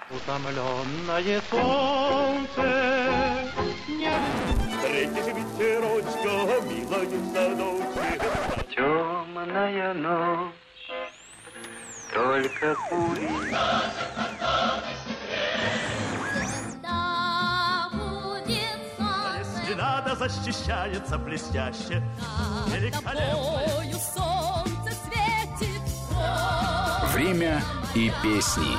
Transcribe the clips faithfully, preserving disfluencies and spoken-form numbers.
Утомленное солнце не... Встретишь ветерочка, милая в садочке. Темная ночь, только кури. Если надо, защищается блестяще. Великолепное солнце светит. Время и песни.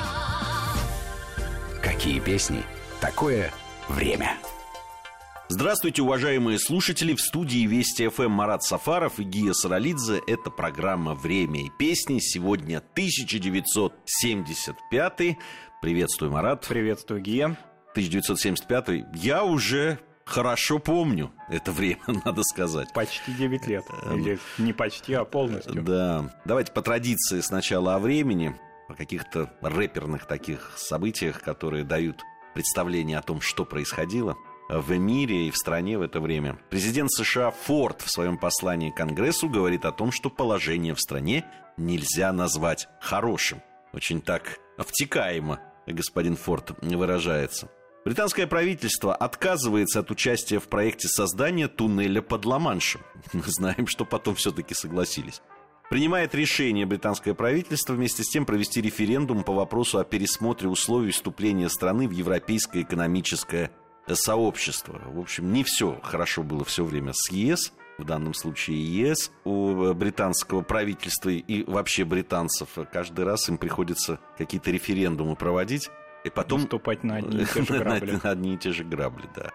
Какие песни? Такое время. Здравствуйте, уважаемые слушатели. В студии Вести ФМ Марат Сафаров и Гия Саралидзе. Это программа «Время и песни». Сегодня тысяча девятьсот семьдесят пятый. Приветствую, Марат. Приветствую, Гия. тысяча девятьсот семьдесят пятый. Я уже хорошо помню это время, надо сказать. Почти девять лет. Или не почти, а полностью. Да. Давайте по традиции сначала о времени, о каких-то рэперных таких событиях, которые дают представление о том, что происходило в мире и в стране в это время. Президент США Форд в своем послании к Конгрессу говорит о том, что положение в стране нельзя назвать хорошим. Очень так обтекаемо господин Форд выражается. Британское правительство отказывается от участия в проекте создания туннеля под Ла-Маншем. Мы знаем, что потом все-таки согласились. Принимает решение британское правительство вместе с тем провести референдум по вопросу о пересмотре условий вступления страны в европейское экономическое сообщество. В общем, не все хорошо было все время с ЕС, в данном случае ЕС, у британского правительства и вообще британцев. Каждый раз им приходится какие-то референдумы проводить. И потом наступать на одни и те же грабли. на, на одни и те же грабли, да.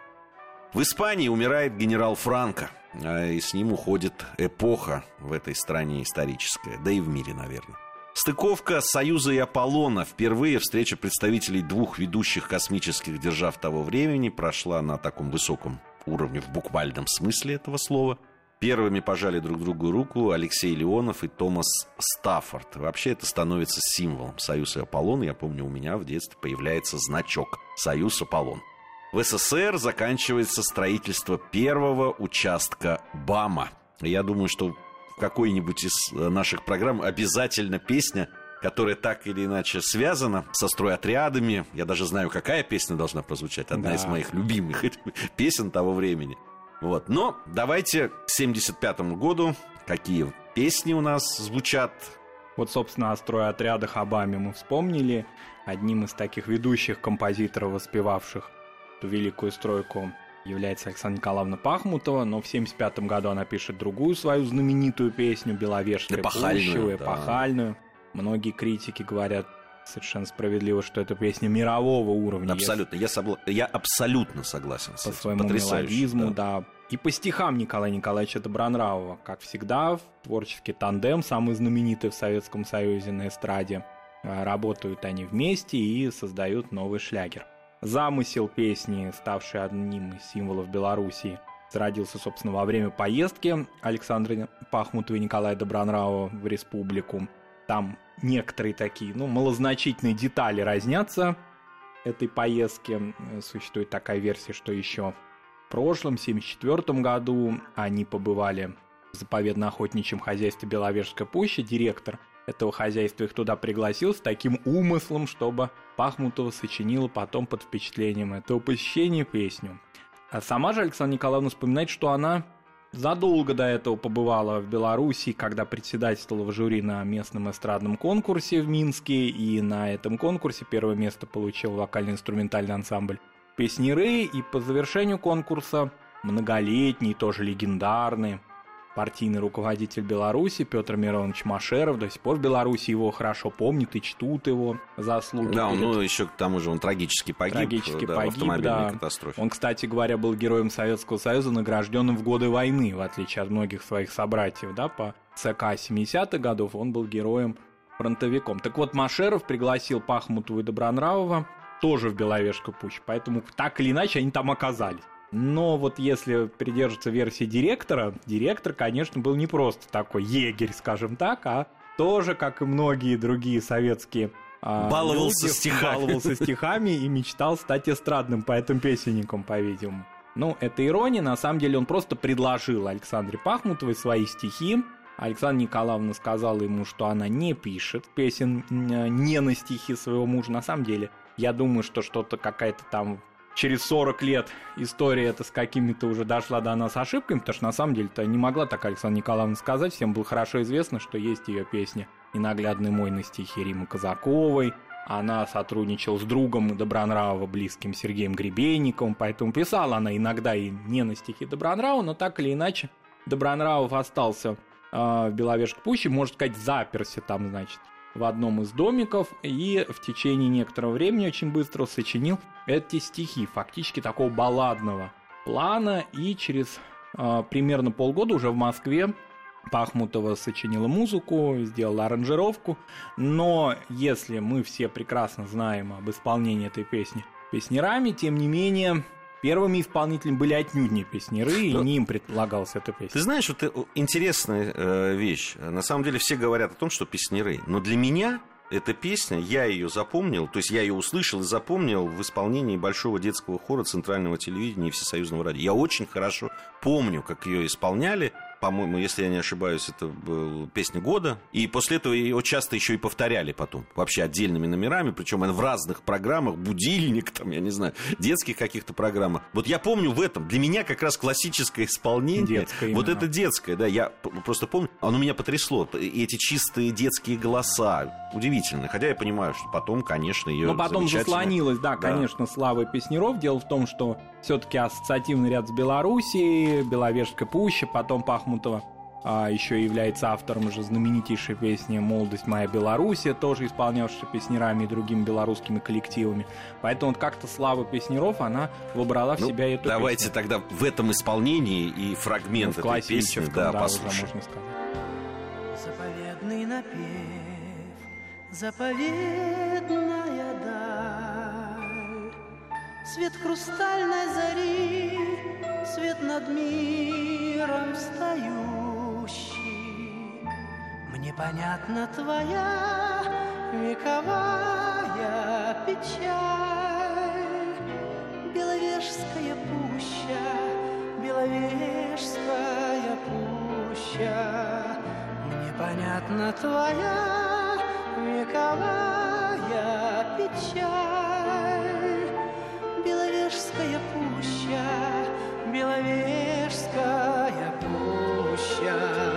В Испании умирает генерал Франко, и с ним уходит эпоха в этой стране историческая, да и в мире, наверное. Стыковка Союза и Аполлона. Впервые встреча представителей двух ведущих космических держав того времени прошла на таком высоком уровне, в буквальном смысле этого слова. Первыми пожали друг другу руку Алексей Леонов и Томас Стаффорд. Вообще это становится символом. Союз и Аполлон. Я помню, у меня в детстве появляется значок Союз Аполлон. В СССР заканчивается строительство первого участка БАМа. Я думаю, что в какой-нибудь из наших программ обязательно песня, которая так или иначе связана со стройотрядами. Я даже знаю, какая песня должна прозвучать. Одна да. из моих любимых песен того времени. Вот. Но давайте к семьдесят пятому году. Какие песни у нас звучат? Вот, собственно, о стройотрядах ОБАМе мы вспомнили. Одним из таких ведущих композиторов, воспевавших эту великую стройку, является Александра Николаевна Пахмутова. Но в семьдесят пятом году она пишет другую свою знаменитую песню «Беловежская пуща», эпохальную. Многие критики говорят совершенно справедливо, что это песня мирового уровня. Абсолютно, я, согла... я абсолютно согласен с этим. По своему Потрясающе, мелодизму, да. да. И по стихам Николая Николаевича Добронравова. Как всегда, творческий тандем, самый знаменитый в Советском Союзе на эстраде. Работают они вместе и создают новый шлягер. Замысел песни, ставший одним из символов Белоруссии, зародился, собственно, во время поездки Александры Пахмутовой и Николая Добронравова в республику. Там некоторые такие, ну, малозначительные детали разнятся этой поездки. Существует такая версия, что еще в прошлом, семьдесят четвёртом году, они побывали в заповедно-охотничьем хозяйстве Беловежская пуща. Директор этого хозяйства их туда пригласил с таким умыслом, чтобы Пахмутова сочинила потом под впечатлением этого посещения песню. А сама же Александра Николаевна вспоминает, что она задолго до этого побывала в Белоруссии, когда председательствовала в жюри на местном эстрадном конкурсе в Минске, и на этом конкурсе первое место получил вокально-инструментальный ансамбль «Песняры», и по завершению конкурса многолетний, тоже легендарный партийный руководитель Беларуси Петр Миронович Машеров, до сих пор в Беларуси его хорошо помнят и чтут его заслуги. Да, перед... ну еще к тому же он трагически погиб, трагически да, погиб, в автомобильной да. катастрофе. Он, кстати говоря, был героем Советского Союза, награжденным в годы войны, в отличие от многих своих собратьев, да, по ЦК семидесятых годов он был героем-фронтовиком. Так вот, Машеров пригласил Пахмутову и Добронравова тоже в Беловежскую пущу, поэтому так или иначе они там оказались. Но вот если придерживаться версии директора, директор, конечно, был не просто такой егерь, скажем так, а тоже, как и многие другие советские баловался люди, стихами. баловался стихами и мечтал стать эстрадным поэтом-песенником, по-видимому. Ну, это ирония, на самом деле он просто предложил Александре Пахмутовой свои стихи. Александра Николаевна сказала ему, что она не пишет песен не на стихи своего мужа. На самом деле, Я думаю, что что-то какая-то там через сорок лет история эта с какими-то уже дошла до нас ошибками, потому что на самом деле-то не могла так Александра Николаевна сказать. Всем было хорошо известно, что есть ее песня «Ненаглядный мой» на стихи Римы Казаковой. Она сотрудничала с другом Добронравова, близким Сергеем Гребенниковым, поэтому писала она иногда и не на стихи Добронравова, но так или иначе Добронравов остался э, в Беловежской пуще, можно сказать, заперся там, значит, в одном из домиков, и в течение некоторого времени очень быстро сочинил эти стихи, фактически такого балладного плана, и через э, примерно полгода уже в Москве Пахмутова сочинила музыку, сделала аранжировку, но если мы все прекрасно знаем об исполнении этой песни песнярами, тем не менее, первыми исполнителями были отнюдь не песняры, и не им предлагалась эта песня. Ты знаешь, вот интересная э, вещь. На самом деле все говорят о том, что песняры, но для меня эта песня, я ее запомнил, то есть я ее услышал и запомнил в исполнении Большого детского хора Центрального телевидения и Всесоюзного радио. Я очень хорошо помню, как ее исполняли. По-моему, если я не ошибаюсь, это была песня года. И после этого ее часто еще и повторяли потом. Вообще отдельными номерами. Причем в разных программах. Будильник, там, я не знаю, детских каких-то программах. Вот я помню в этом. Для меня как раз классическое исполнение. Детское вот именно. это детское, да. Я просто помню. Оно меня потрясло. И эти чистые детские голоса. Удивительно. Хотя я понимаю, что потом, конечно, ее Но потом заслонилась, да, да, конечно, слава песняров. Дело в том, что все-таки ассоциативный ряд с Белоруссией, Беловежская пуща, потом Пахмутова а, еще является автором уже знаменитейшей песни «Молодость моя Белоруссия», тоже исполнявшейся песнярами и другими белорусскими коллективами. Поэтому вот как-то слава песняров, она выбрала в ну, себя эту давайте песню. тогда в этом исполнении и фрагмент ну, этой песни, да, да, послушаем. уже можно сказать. Заповедный напев, заповедная даль, свет хрустальной зари, свет над миром встающий. Мне понятна твоя вековая печаль. Беловежская пуща, Беловежская пуща. Мне понятна твоя вековая печаль. Беловежская пуща, Беловежская пуща.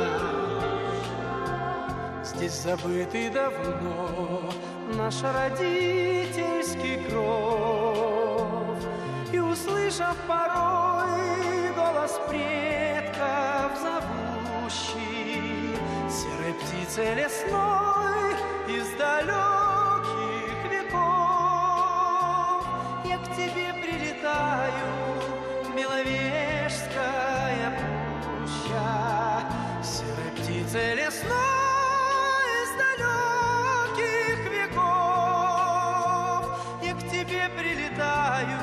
Здесь забытый давно наш родительский кров, и, услышав порой голос предков зовущий, серой птицей лесной из далеких веков, я к тебе прилетаю, Беловежская пуща, серой птицей лесной из далеких веков, я к тебе прилетаю,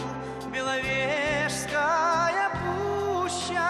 Беловежская пуща.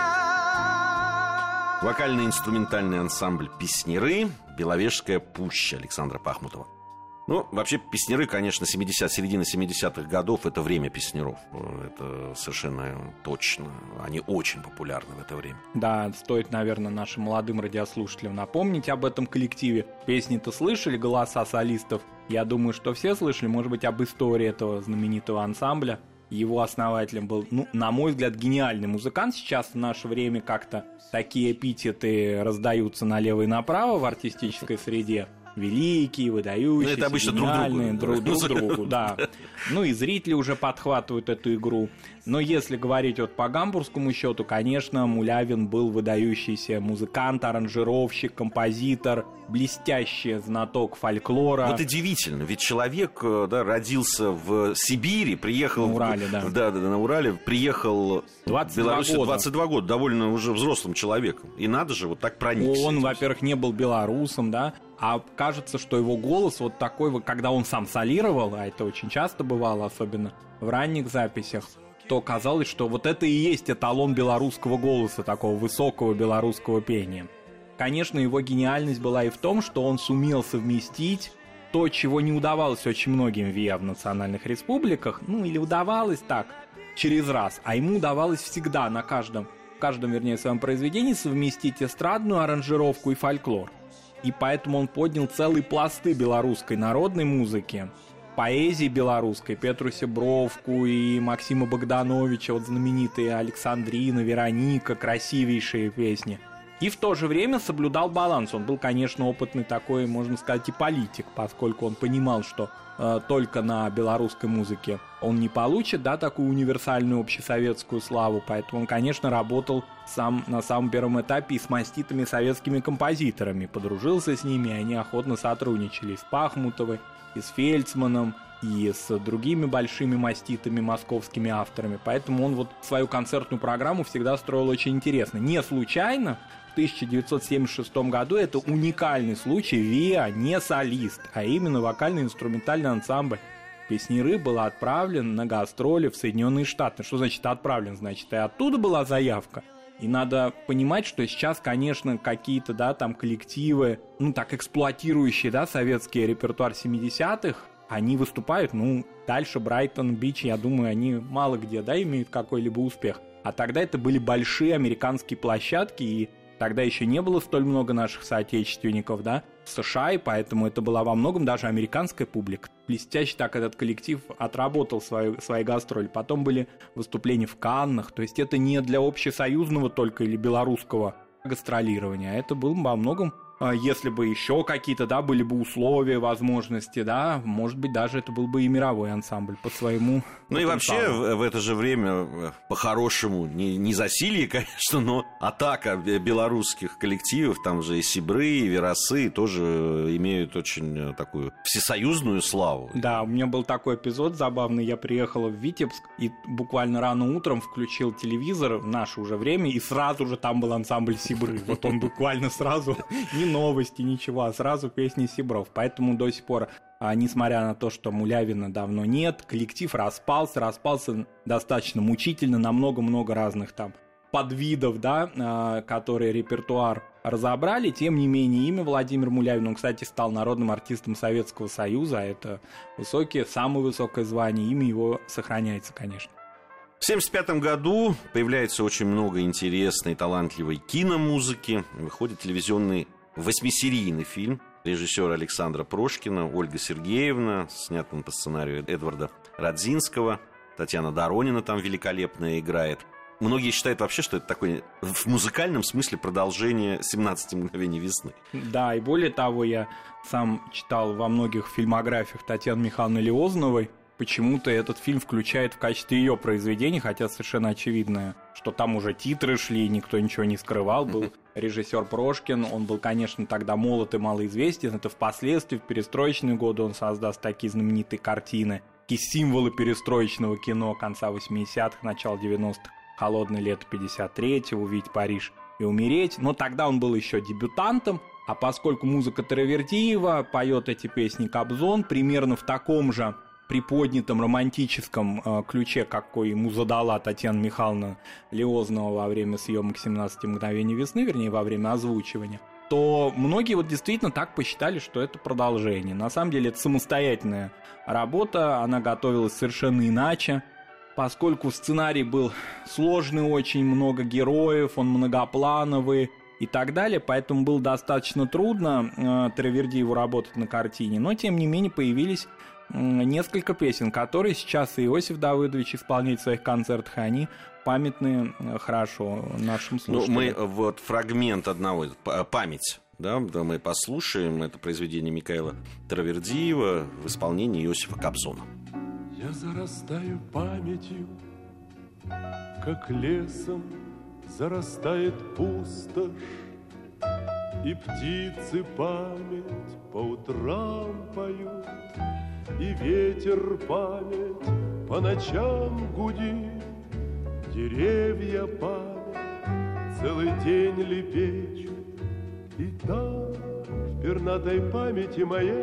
Вокально-инструментальный ансамбль «Песняры», «Беловежская пуща» Александра Пахмутова. Ну, вообще, песняры, конечно, семидесятых, середина семидесятых годов — это время песняров. Это совершенно точно. Они очень популярны в это время. Да, стоит, наверное, нашим молодым радиослушателям напомнить об этом коллективе. Песни-то слышали, голоса солистов. Я думаю, что все слышали, может быть, об истории этого знаменитого ансамбля. Его основателем был, ну, на мой взгляд, гениальный музыкант. Сейчас в наше время как-то такие эпитеты раздаются налево и направо в артистической среде. Великие, выдающиеся, это обычно гениальные, друг другу. друг, друг другу, да. Ну и зрители уже подхватывают эту игру. Но если говорить вот по гамбургскому счету, конечно, Мулявин был выдающийся музыкант, аранжировщик, композитор, блестящий знаток фольклора. Вот удивительно, ведь человек, да, родился в Сибири, приехал... На Урале, в, да. Да, да, на Урале, приехал двадцать два в Беларусь года. двадцать два года, довольно уже взрослым человеком. И надо же, вот так проникся. Он, этим. во-первых, не был белорусом, да, а кажется, что его голос вот такой, вот, когда он сам солировал, а это очень часто бывало, особенно в ранних записях, то казалось, что вот это и есть эталон белорусского голоса, такого высокого белорусского пения. Конечно, его гениальность была и в том, что он сумел совместить то, чего не удавалось очень многим ВИА в национальных республиках, ну или удавалось так, через раз, а ему удавалось всегда на каждом, в каждом, вернее, своем произведении совместить эстрадную аранжировку и фольклор. И поэтому он поднял целые пласты белорусской народной музыки, поэзии белорусской, Петру Сябровку и Максима Богдановича, вот знаменитые «Александрина», «Вероника», красивейшие песни. И в то же время соблюдал баланс. Он был, конечно, опытный такой, можно сказать, и политик, поскольку он понимал, что э, только на белорусской музыке он не получит, да, такую универсальную общесоветскую славу. Поэтому он, конечно, работал сам на самом первом этапе и с маститыми советскими композиторами. Подружился с ними, и они охотно сотрудничали с Пахмутовой, и с Фельдсманом, и с другими большими маститыми московскими авторами. Поэтому он вот свою концертную программу всегда строил очень интересно. Не случайно в тысяча девятьсот семьдесят шестом году это уникальный случай. ВИА не солист, а именно вокально-инструментальный ансамбль «Песняры» был отправлен на гастроли в Соединенные Штаты. Что значит отправлен? Значит, и оттуда была заявка. И надо понимать, что сейчас, конечно, какие-то, да, там коллективы, ну, так, эксплуатирующие, да, советский репертуар семидесятых, они выступают, ну, дальше Брайтон-Бич, я думаю, они мало где, да, имеют какой-либо успех. А тогда это были большие американские площадки, и тогда еще не было столь много наших соотечественников, да, в США, и поэтому это была во многом даже американская публика. Блестяще так этот коллектив отработал свою, свои гастроли. Потом были выступления в Каннах, то есть это не для общесоюзного только или белорусского гастролирования, а это было во многом, если бы еще какие-то, да, были бы условия, возможности, да, может быть, даже это был бы и мировой ансамбль по своему. Ну и вообще в, в это же время, по-хорошему, не, не засилье, конечно, но атака белорусских коллективов, там же и Сибры, и Верасы тоже имеют очень такую всесоюзную славу. Да, у меня был такой эпизод забавный, я приехал в Витебск и буквально рано утром включил телевизор в наше уже время, и сразу же там был ансамбль Сибры, вот он буквально сразу... новости, ничего, а сразу песни Сибров. Поэтому до сих пор, а, несмотря на то, что Мулявина давно нет, коллектив распался, распался достаточно мучительно на много-много разных там подвидов, да, а, которые репертуар разобрали. Тем не менее, имя Владимир Мулявин, он, кстати, стал народным артистом Советского Союза, а это высокие, самое высокое звание, имя его сохраняется, конечно. В семьдесят пятом году появляется очень много интересной, талантливой киномузыки. Выходит телевизионный восьмисерийный фильм режиссера Александра Прошкина, Ольга Сергеевна, снятый по сценарию Эдварда Радзинского. Татьяна Доронина там великолепно играет. Многие считают вообще, что это такое в музыкальном смысле продолжение «семнадцати мгновений весны». Да, и более того, я сам читал во многих фильмографиях Татьяны Михайловны Лиозновой. Почему-то этот фильм включает в качестве ее произведения, хотя совершенно очевидно, что там уже титры шли, никто ничего не скрывал. Был режиссер Прошкин, он был, конечно, тогда молод и малоизвестен. Это впоследствии, в перестроечные годы он создаст такие знаменитые картины, такие символы перестроечного кино конца восьмидесятых, начала девяностых. «Холодное лето пятьдесят третьего», «Увидеть Париж и умереть». Но тогда он был еще дебютантом, а поскольку музыка Таравердиева, поет эти песни Кобзон, примерно в таком же приподнятом романтическом э, ключе, какой ему задала Татьяна Михайловна Лиознова во время съемок «семнадцати мгновений весны», вернее, во время озвучивания, то многие вот действительно так посчитали, что это продолжение. На самом деле это самостоятельная работа, она готовилась совершенно иначе, поскольку сценарий был сложный, очень много героев, он многоплановый и так далее, поэтому было достаточно трудно э, Таравердиеву работать на картине, но тем не менее появились несколько песен, которые сейчас и Иосиф Давыдович исполняет в своих концертах, и они памятны хорошо нашим слушателям. Ну, мы вот фрагмент одного, «Память», да, мы послушаем, это произведение Микаэла Таравердиева в исполнении Иосифа Кобзона. Я зарастаю памятью, как лесом зарастает пустошь, и птицы память по утрам поют, и ветер память по ночам гудит, деревья память целый день лепечут, и там, в пернатой памяти моей,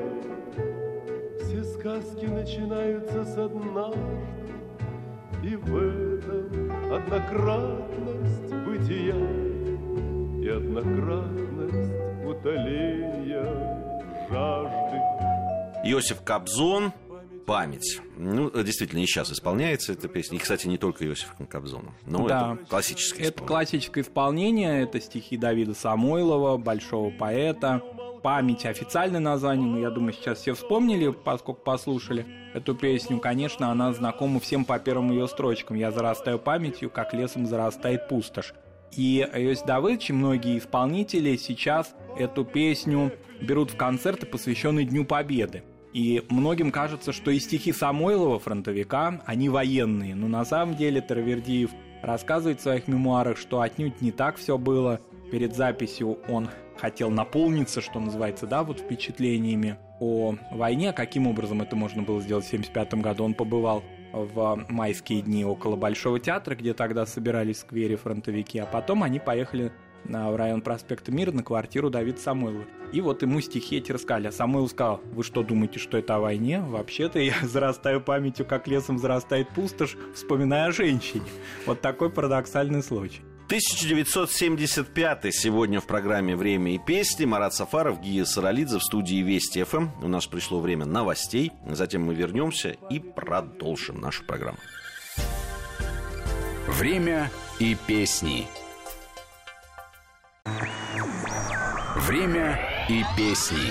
все сказки начинаются с однажды, и в этом однократность бытия и однократность утоления жажды. Иосиф Кобзон, «Память». Ну, действительно, и сейчас исполняется эта песня. И, кстати, не только Иосифом Кобзоном, но да, это классическое исполнение. Это классическое исполнение, это стихи Давида Самойлова, большого поэта. память официальное название, но я думаю, сейчас все вспомнили, поскольку послушали эту песню. Конечно, она знакома всем по первым ее строчкам. «Я зарастаю памятью, как лесом зарастает пустошь». И Иосиф Давыдович и многие исполнители сейчас эту песню берут в концерты, посвященные Дню Победы. И многим кажется, что и стихи Самойлова, фронтовика, они военные. Но на самом деле Таравердиев рассказывает в своих мемуарах, что отнюдь не так все было. Перед записью он хотел наполниться, что называется, да, вот впечатлениями о войне. Каким образом это можно было сделать в семьдесят пятом году? Он побывал в майские дни около Большого театра, где тогда собирались в сквере фронтовики, а потом они поехали в район проспекта Мира на квартиру Давида Самойлова. И вот ему стихи эти рассказали. А Самойлов сказал: вы что думаете, что это о войне? Вообще-то я зарастаю памятью, как лесом зарастает пустошь, вспоминая о женщине. Вот такой парадоксальный случай. тысяча девятьсот семьдесят пятый сегодня в программе «Время и песни». Марат Сафаров, Гия Саралидзе в студии Вести эф эм. У нас пришло время новостей. Затем мы вернемся и продолжим нашу программу. Время и песни. Время и песни.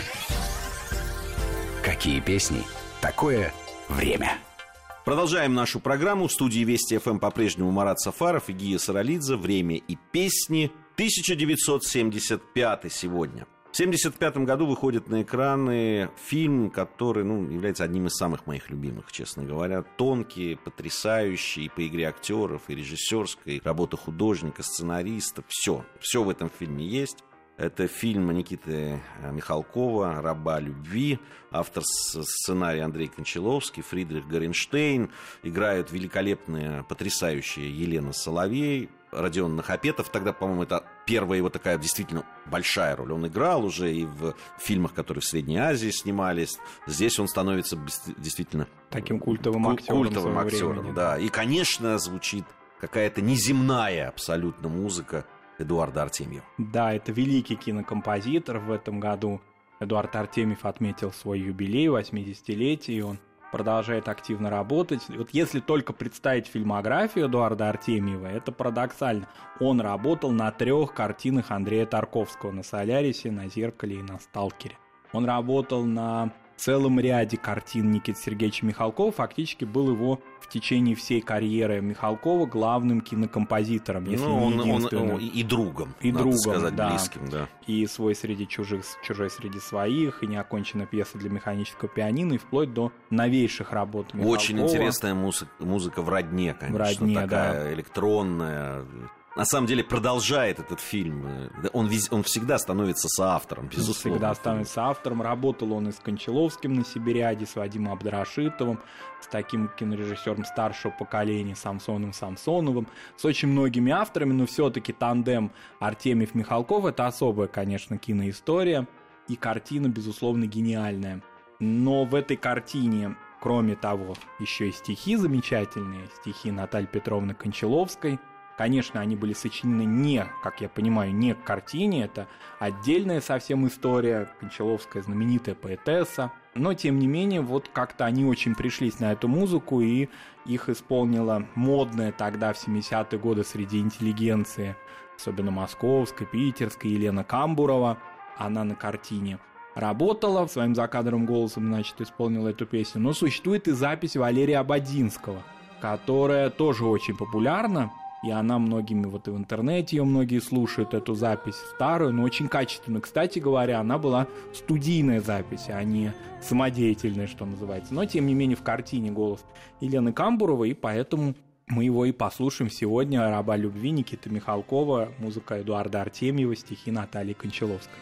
Какие песни? Такое время. Продолжаем нашу программу. В студии Вести эф эм по-прежнему Марат Сафаров и Гия Саралидзе. «Время и песни». тысяча девятьсот семьдесят пятый сегодня. В семьдесят пятом году выходит на экраны фильм, который, ну, является одним из самых моих любимых, честно говоря. Тонкий, потрясающий и по игре актеров, и режиссерской, и работа художника, сценариста. Все, все в этом фильме есть. Это фильм Никиты Михалкова «Раба любви». Автор сценария Андрей Кончаловский, Фридрих Горенштейн. Играют великолепные, потрясающие Елена Соловей, Родион Нахапетов. Тогда, по-моему, это первая его такая действительно большая роль. Он играл уже и в фильмах, которые в Средней Азии снимались. Здесь он становится действительно таким культовым актером. Культовым актером, времени, да. да. И, конечно, звучит какая-то неземная абсолютно музыка Эдуарда Артемьева. Да, это великий кинокомпозитор. В этом году Эдуард Артемьев отметил свой юбилей, восьмидесятилетие, и он продолжает активно работать. Вот если только представить фильмографию Эдуарда Артемьева, это парадоксально. Он работал на трех картинах Андрея Тарковского: на «Солярисе», на «Зеркале» и на «Сталкере». Он работал на целом ряде картин Никиты Сергеевича Михалкова. Фактически был его в течение всей карьеры Михалкова главным кинокомпозитором, если ну, не он, единственным. Он, и другом, и надо другом, сказать, да. близким, да. И «Свой среди чужих», «Чужой среди своих», и неоконченная пьеса для механического пианино, и вплоть до новейших работ Михалкова. Очень интересная музыка, музыка в родне, конечно. В родне, такая да. электронная. На самом деле продолжает этот фильм. Он, вез, он всегда становится соавтором, безусловно. Он всегда становится соавтором. Работал он и с Кончаловским на «Сибиряде», с Вадимом Абдрашитовым, с таким кинорежиссером старшего поколения Самсоном Самсоновым, с очень многими авторами, но все-таки тандем Артемьев-Михалков — это особая, конечно, киноистория, и картина, безусловно, гениальная. Но в этой картине, кроме того, еще и стихи замечательные, стихи Натальи Петровны Кончаловской. Конечно, они были сочинены не, как я понимаю, не к картине, это отдельная совсем история, Кончаловская знаменитая поэтесса, но, тем не менее, вот как-то они очень пришлись на эту музыку, и их исполнила модная тогда, в семидесятые годы, среди интеллигенции, особенно московской, питерской, Елена Камбурова. Она на картине работала, своим закадровым голосом, значит, исполнила эту песню. Но существует и запись Валерия Ободзинского, которая тоже очень популярна. И она многими, вот и в интернете ее многие слушают, эту запись старую, но очень качественную. Кстати говоря, она была студийная запись, а не самодеятельная, что называется. Но, тем не менее, в картине голос Елены Камбуровой, и поэтому мы его и послушаем сегодня. «Раба любви» Никиты Михалкова, музыка Эдуарда Артемьева, стихи Натальи Кончаловской.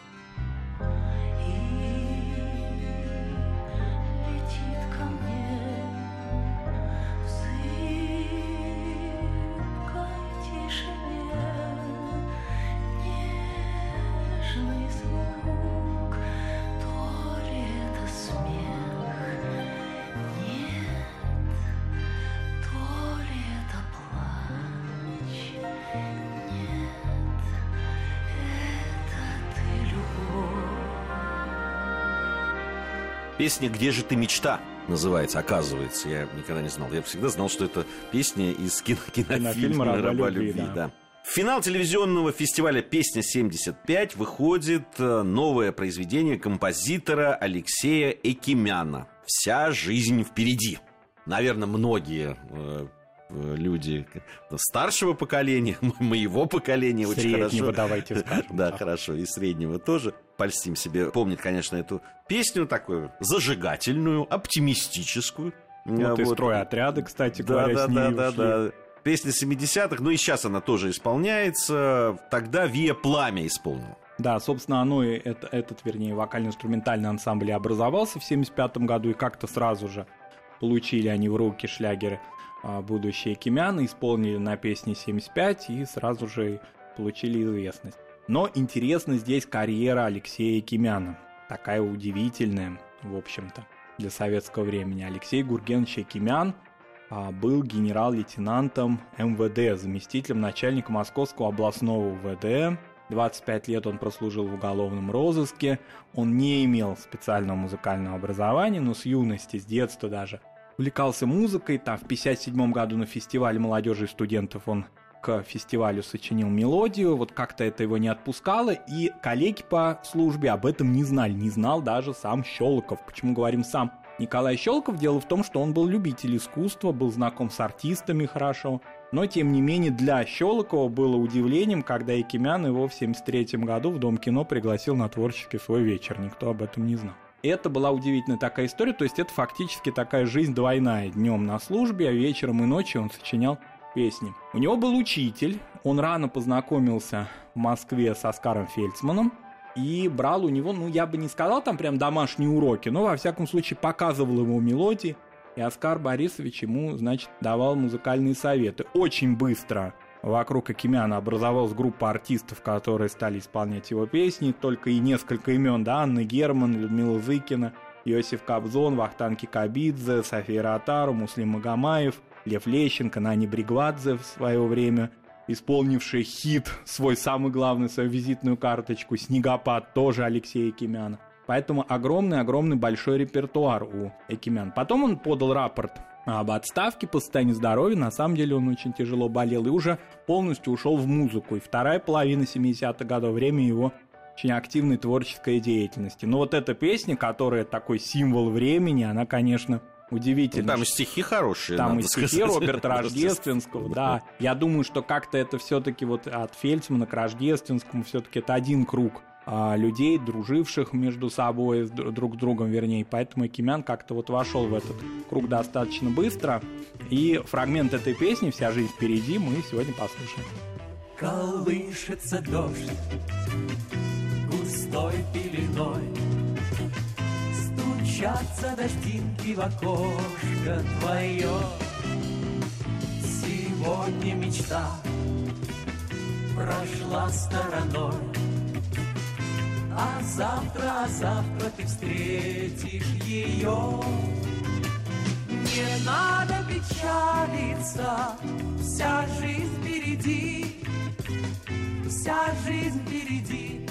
Песня «Где же ты, мечта» называется, оказывается. Я никогда не знал. Я всегда знал, что это песня из кино- кинофильма «Раба любви». Да. Да. В финал телевизионного фестиваля «Песня-семьдесят пять» выходит новое произведение композитора Алексея Экимяна «Вся жизнь впереди». Наверное, многие э, люди старшего поколения, моего поколения, очень хорошо. Среднего, давайте скажем. Да, хорошо, и среднего тоже. Польстим себе. Помнит, конечно, эту песню такую зажигательную, оптимистическую. Вот, вот. И стройотряды, кстати говоря, да, с ней да, ушли. да, да. Песня семидесятых, ну и сейчас она тоже исполняется. Тогда Виа Пламя исполнил. Да, собственно, оно и это, этот, вернее, вокально-инструментальный ансамбль образовался в семьдесят пятом году, и как-то сразу же получили они в руки шлягеры будущие Экимяна, исполнили на песне семьдесят пять и сразу же получили известность. Но интересна здесь карьера Алексея Экимяна, такая удивительная, в общем-то, для советского времени. Алексей Гургенович Экимян был генерал-лейтенантом эм вэ дэ, заместителем начальника Московского областного у вэ дэ. двадцать пять лет он прослужил в уголовном розыске. Он не имел специального музыкального образования, но с юности, с детства даже увлекался музыкой. Там в пятьдесят седьмом году на фестивале молодежи и студентов он к фестивалю сочинил мелодию. Вот как-то это его не отпускало, и коллеги по службе об этом не знали. Не знал даже сам Щелоков. Почему говорим «сам»? Николай Щелоков, дело в том, что он был любитель искусства, был знаком с артистами хорошо, но, тем не менее, для Щелокова было удивлением, когда Экимян его в семьдесят третьем году в Дом кино пригласил на творческий свой вечер, никто об этом не знал. Это была удивительная такая история, то есть это фактически такая жизнь двойная, днем на службе, а вечером и ночью он сочинял песни. У него был учитель, он рано познакомился в Москве с Оскаром Фельдсманом, и брал у него, ну, я бы не сказал там прям домашние уроки, но, во всяком случае, показывал ему мелодии, и Оскар Борисович ему, значит, давал музыкальные советы. Очень быстро вокруг Экимяна образовалась группа артистов, которые стали исполнять его песни, только и несколько имен, да, Анна Герман, Людмила Зыкина, Иосиф Кобзон, Вахтанг Кикабидзе, София Ротару, Муслим Магомаев, Лев Лещенко, Нани Бригвадзе в свое время, исполнивший хит, свой самый главный, свою визитную карточку «Снегопад», тоже Алексея Экимяна. Поэтому огромный-огромный большой репертуар у Экимяна. Потом он подал рапорт об отставке по состоянию здоровья. На самом деле он очень тяжело болел и уже полностью ушел в музыку. И вторая половина семидесятых годов, время его очень активной творческой деятельности. Но вот эта песня, которая такой символ времени, она, конечно, удивительно. Там и стихи хорошие, Там надо и стихи сказать. Роберта Рождественского, да. Я думаю, что как-то это все-таки вот от Фельдсмана к Рождественскому все-таки это один круг а, людей, друживших между собой, друг с другом, вернее. Поэтому Экимян как-то вот вошел в этот круг достаточно быстро. И фрагмент этой песни «Вся жизнь впереди» мы сегодня послушаем. Колышется дождь густой пеленой, стучатся дождинки в окошко твое. Сегодня мечта прошла стороной, а завтра, а завтра ты встретишь ее. Не надо печалиться, вся жизнь впереди, вся жизнь впереди.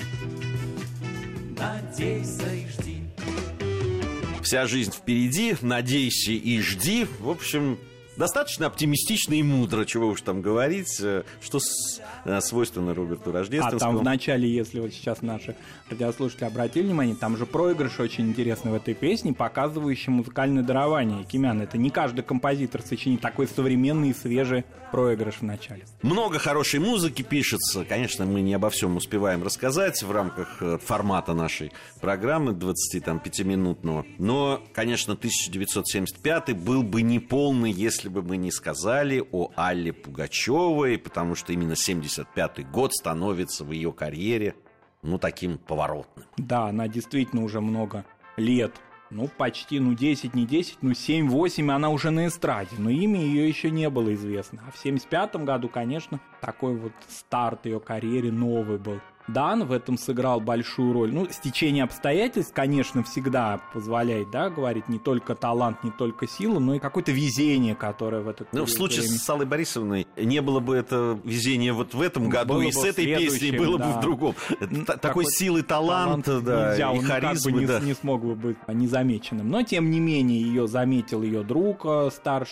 Надейся и жди. Вся жизнь впереди, надейся и жди. В общем, достаточно оптимистично и мудро, чего уж там говорить, что с, свойственно Роберту Рождественскому. А там в начале, если вот сейчас наши радиослушатели обратили внимание, там же проигрыш очень интересный в этой песне, показывающий музыкальное дарование Экимяна. Это не каждый композитор сочинит такой современный и свежий проигрыш в начале. Много хорошей музыки пишется. Конечно, мы не обо всем успеваем рассказать в рамках формата нашей программы двадцатипятиминутного. Но, конечно, тысяча девятьсот семьдесят пятый был бы неполный, если бы мы не сказали о Алле Пугачевой, потому что именно семьдесят пятый год становится в ее карьере, ну, таким поворотным. Да, она действительно уже много лет, ну, почти, ну, десять, не десять, ну, семь-восемь, она уже на эстраде, но имя ее еще не было известно. А в семьдесят пятом году, конечно, такой вот старт ее карьере новый был. Дан в этом сыграл большую роль. Ну, стечение обстоятельств, конечно, всегда позволяет, да, говорить, не только талант, не только сила, но и какое-то везение, которое в этот Ну, в случае времени... с Аллой Борисовной не было бы это везение вот в этом году, было и с этой песней было да. бы в другом. Ну, такой силы таланта, талант да, нельзя, и он харизмы, как бы да. не, не смог бы быть незамеченным. Но, тем не менее, ее заметил ее друг старший,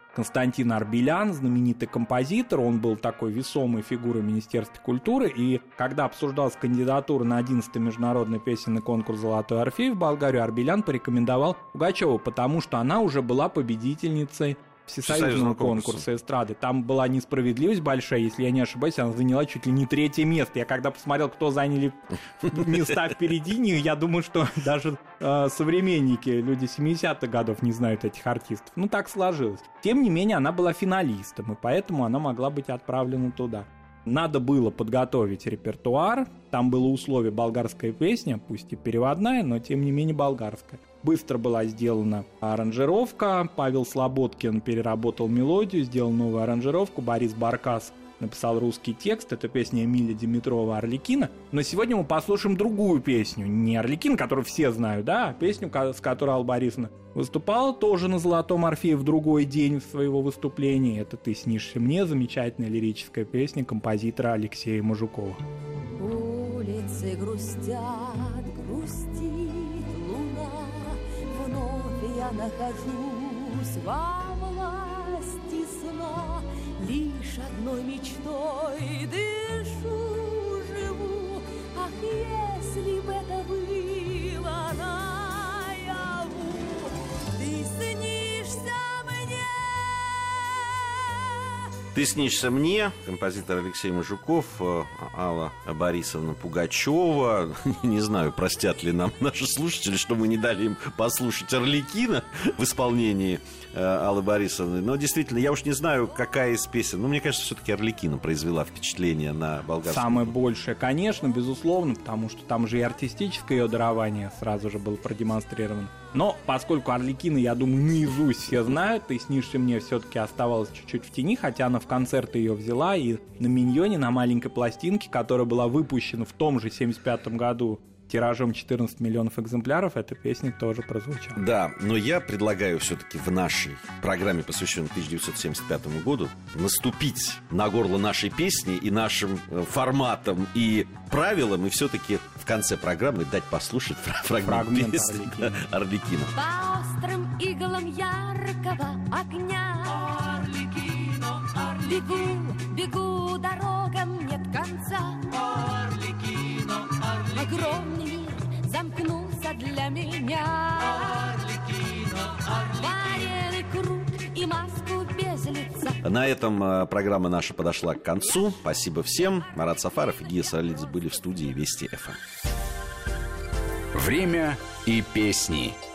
Константин Арбелян, знаменитый композитор. Он был такой весомой фигурой в Министерстве культуры. И когда обсуждалась кандидатура на одиннадцатый международный песенный конкурс «Золотой Орфей» в Болгарию, Арбелян порекомендовал Пугачеву, потому что она уже была победительницей всесоюзного конкурса эстрады. Там была несправедливость большая, если я не ошибаюсь, она заняла чуть ли не третье место. Я когда посмотрел, кто заняли места впереди них, я думаю, что даже э, современники, люди семидесятых годов не знают этих артистов. Ну, так сложилось. Тем не менее, она была финалистом, и поэтому она могла быть отправлена туда. Надо было подготовить репертуар. Там было условие болгарская песня, пусть и переводная, но тем не менее болгарская. Быстро была сделана аранжировка. Павел Слободкин переработал мелодию, сделал новую аранжировку. Борис Баркас написал русский текст. Это песня Эмиля Димитрова «Арлекино». Но сегодня мы послушаем другую песню. Не «Арлекино», которую все знают, да, а песню, с которой Алла Борисовна выступала тоже на «Золотом Орфее» в другой день своего выступления. Это «Ты снишься мне», замечательная лирическая песня композитора Алексея Мажукова. Улицы грустят, грустит луна, вновь я нахожусь во власти сна, лишь одной мечтой дышу, живу. Ах, если бы это было наяву, ты снишься мне. «Ты снишься мне», композитор Алексей Мажуков, Алла Борисовна Пугачева. Не знаю, простят ли нам наши слушатели, что мы не дали им послушать «Арлекино» в исполнении Аллы Борисовны. Но действительно, я уж не знаю, какая из песен. Но мне кажется, все-таки «Арлекино» произвела впечатление на болгарском. Самое большее, конечно, безусловно, потому что там же и артистическое ее дарование сразу же было продемонстрировано. Но поскольку «Арлекино», я думаю, наизусть все знают, «Ты снишься мне» все-таки оставалась чуть-чуть в тени, хотя она в концерты ее взяла, и на «Миньоне», на маленькой пластинке, которая была выпущена в том же семьдесят пятом году тиражом четырнадцать миллионов экземпляров, эта песня тоже прозвучала. Да, но я предлагаю все-таки в нашей программе, посвященной тысяча девятьсот семьдесят пятому году, наступить на горло нашей песни и нашим форматам и правилам, и все-таки в конце программы дать послушать фрагмент, фрагмент песни «Арлекино». По острым иглам яркого огня Арлекино, Арлекино. Бегу, бегу, дорогам нет конца. Арлекино, Арлекино. Огромный мир замкнулся для меня. Арлекино, Арлекино. Вареный крут и маску без лица. На этом программа наша подошла к концу. Спасибо всем. Марат Сафаров и Гия Саралидзе были в студии Вести эф эм. Время и песни.